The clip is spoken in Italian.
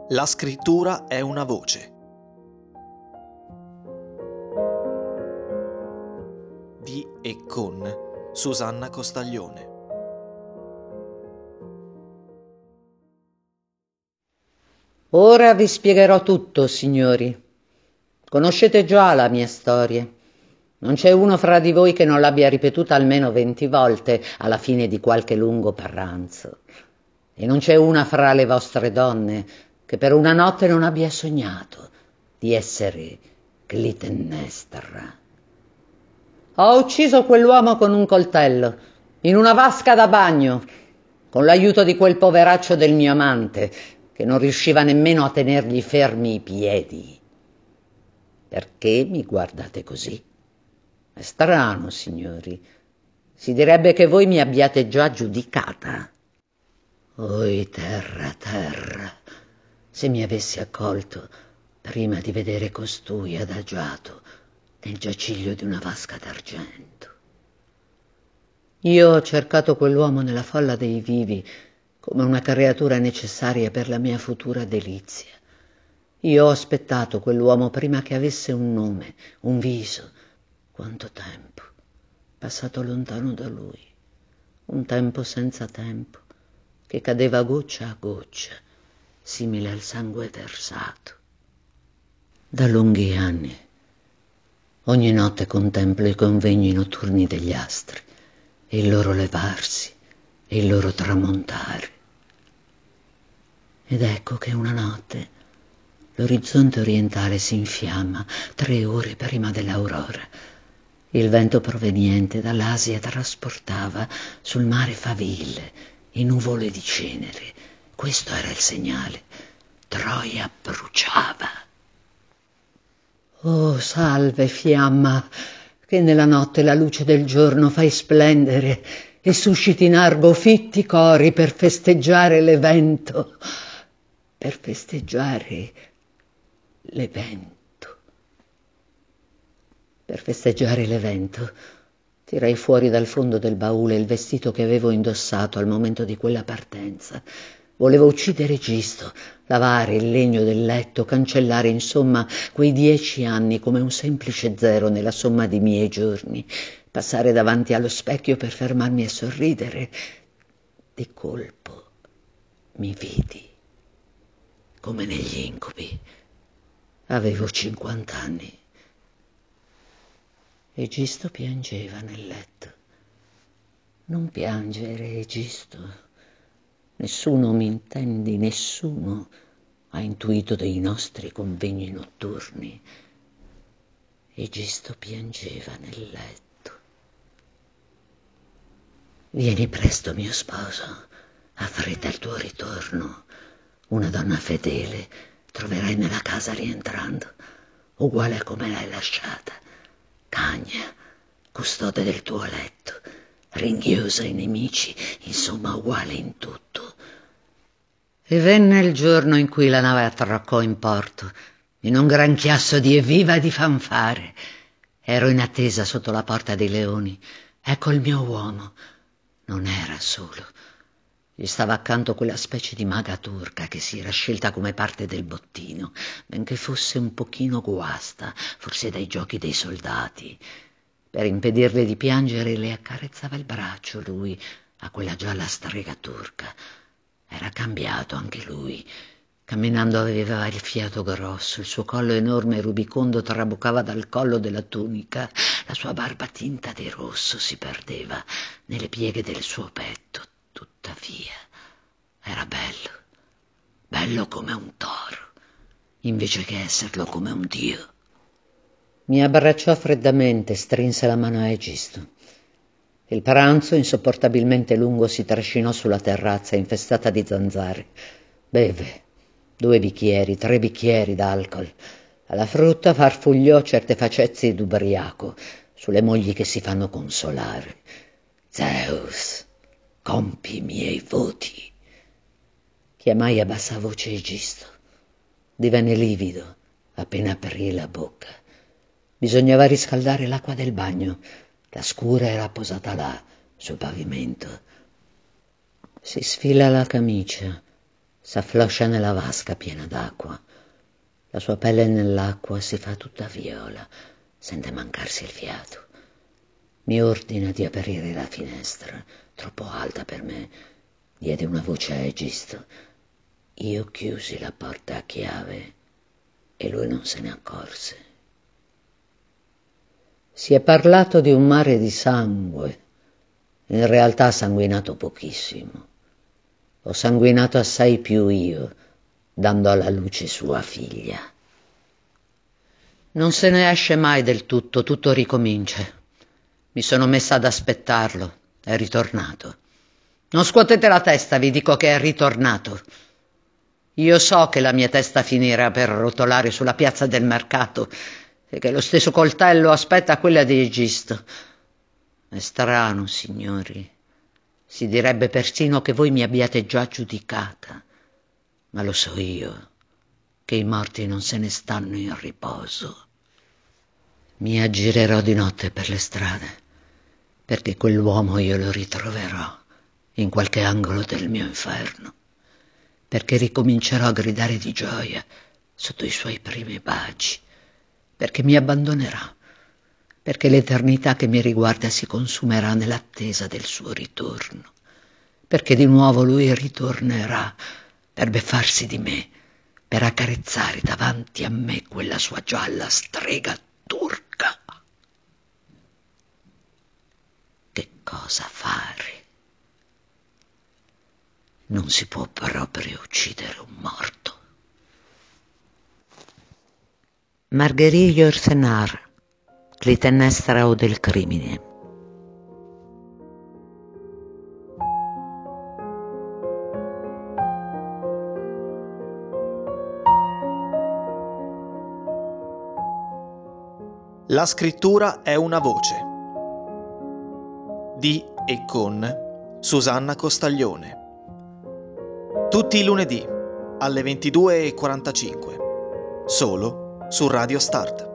La scrittura è una voce. Di e con Susanna Costaglione. Ora vi spiegherò tutto, signori. Conoscete già la mia storia. Non c'è uno fra di voi che non l'abbia ripetuta almeno 20 volte alla fine di qualche lungo pranzo. E non c'è una fra le vostre donne che per una notte non abbia sognato di essere Clitennestra. Ho ucciso quell'uomo con un coltello, in una vasca da bagno, con l'aiuto di quel poveraccio del mio amante, che non riusciva nemmeno a tenergli fermi i piedi. Perché mi guardate così? È strano, signori. Si direbbe che voi mi abbiate già giudicata. Oi, terra, terra, se mi avessi accolto prima di vedere costui adagiato nel giaciglio di una vasca d'argento. Io ho cercato quell'uomo nella folla dei vivi come una creatura necessaria per la mia futura delizia. Io ho aspettato quell'uomo prima che avesse un nome, un viso. Quanto tempo passato lontano da lui, un tempo senza tempo, che cadeva goccia a goccia, simile al sangue versato. Da lunghi anni, ogni notte contemplo i convegni notturni degli astri, e il loro levarsi, e il loro tramontare. Ed ecco che una notte l'orizzonte orientale si infiamma 3 ore prima dell'aurora. Il vento proveniente dall'Asia trasportava sul mare faville e nuvole di cenere. Questo era il segnale. Troia bruciava. Oh, salve, fiamma, che nella notte la luce del giorno fai splendere e susciti in argo fitti cori per festeggiare l'evento. Per festeggiare l'evento. Per festeggiare l'evento, tirai fuori dal fondo del baule il vestito che avevo indossato al momento di quella partenza. Volevo uccidere Gisto, lavare il legno del letto, cancellare insomma quei 10 anni come un semplice zero nella somma dei miei giorni, passare davanti allo specchio per fermarmi a sorridere. Di colpo mi vidi, come negli incubi. Avevo 50 anni. Egisto piangeva nel letto. Non piangere, Egisto. Nessuno mi intendi, nessuno ha intuito dei nostri convegni notturni. Egisto piangeva nel letto. Vieni presto, mio sposo, affretta il tuo ritorno. Una donna fedele troverai nella casa rientrando, uguale a come l'hai lasciata. Cagna, custode del tuo letto, ringhiosa ai nemici, insomma uguale in tutto. E venne il giorno in cui la nave attraccò in porto, in un gran chiasso di evviva e di fanfare. Ero in attesa sotto la Porta dei Leoni. Ecco il mio uomo. Non era solo. Gli stava accanto quella specie di maga turca che si era scelta come parte del bottino, benché fosse un pochino guasta, forse dai giochi dei soldati. Per impedirle di piangere le accarezzava il braccio lui, a quella gialla strega turca. Era cambiato anche lui. Camminando aveva il fiato grosso, il suo collo enorme e rubicondo traboccava dal collo della tunica, la sua barba tinta di rosso si perdeva nelle pieghe del suo petto. Tuttavia, era bello, bello come un toro, invece che esserlo come un dio. Mi abbracciò freddamente, strinse la mano a Egisto. Il pranzo, insopportabilmente lungo, si trascinò sulla terrazza infestata di zanzare. Beve 2 bicchieri, 3 bicchieri d'alcol. Alla frutta farfugliò certe facezie d'ubriaco sulle mogli che si fanno consolare. Zeus, compi i miei voti. Chiamai a bassa voce Egisto. Divenne livido appena aprì la bocca. Bisognava riscaldare l'acqua del bagno. La scura era posata là, sul pavimento. Si sfila la camicia, s'affloscia nella vasca piena d'acqua. La sua pelle nell'acqua si fa tutta viola, sente mancarsi il fiato. Mi ordina di aprire la finestra, troppo alta per me. Diede una voce a Egisto. Io chiusi la porta a chiave e lui non se ne accorse. Si è parlato di un mare di sangue. In realtà ha sanguinato pochissimo. Ho sanguinato assai più io, dando alla luce sua figlia. Non se ne esce mai del tutto, tutto ricomincia. Mi sono messa ad aspettarlo, è ritornato. Non scuotete la testa, vi dico che è ritornato. Io so che la mia testa finirà per rotolare sulla piazza del mercato e che lo stesso coltello aspetta quella di Egisto. È strano, signori. Si direbbe persino che voi mi abbiate già giudicata, ma lo so io, che i morti non se ne stanno in riposo. Mi aggirerò di notte per le strade, perché quell'uomo io lo ritroverò in qualche angolo del mio inferno, perché ricomincerò a gridare di gioia sotto i suoi primi baci, perché mi abbandonerà, perché l'eternità che mi riguarda si consumerà nell'attesa del suo ritorno, perché di nuovo lui ritornerà per beffarsi di me, per accarezzare davanti a me quella sua gialla strega turca. Che cosa fare? Non si può proprio uccidere un morto. Marguerite Yourcenar, Clitennestra o del crimine. La scrittura è una voce. Di e con Susanna Costaglione. Tutti i lunedì alle 22:45, solo su Radio Start.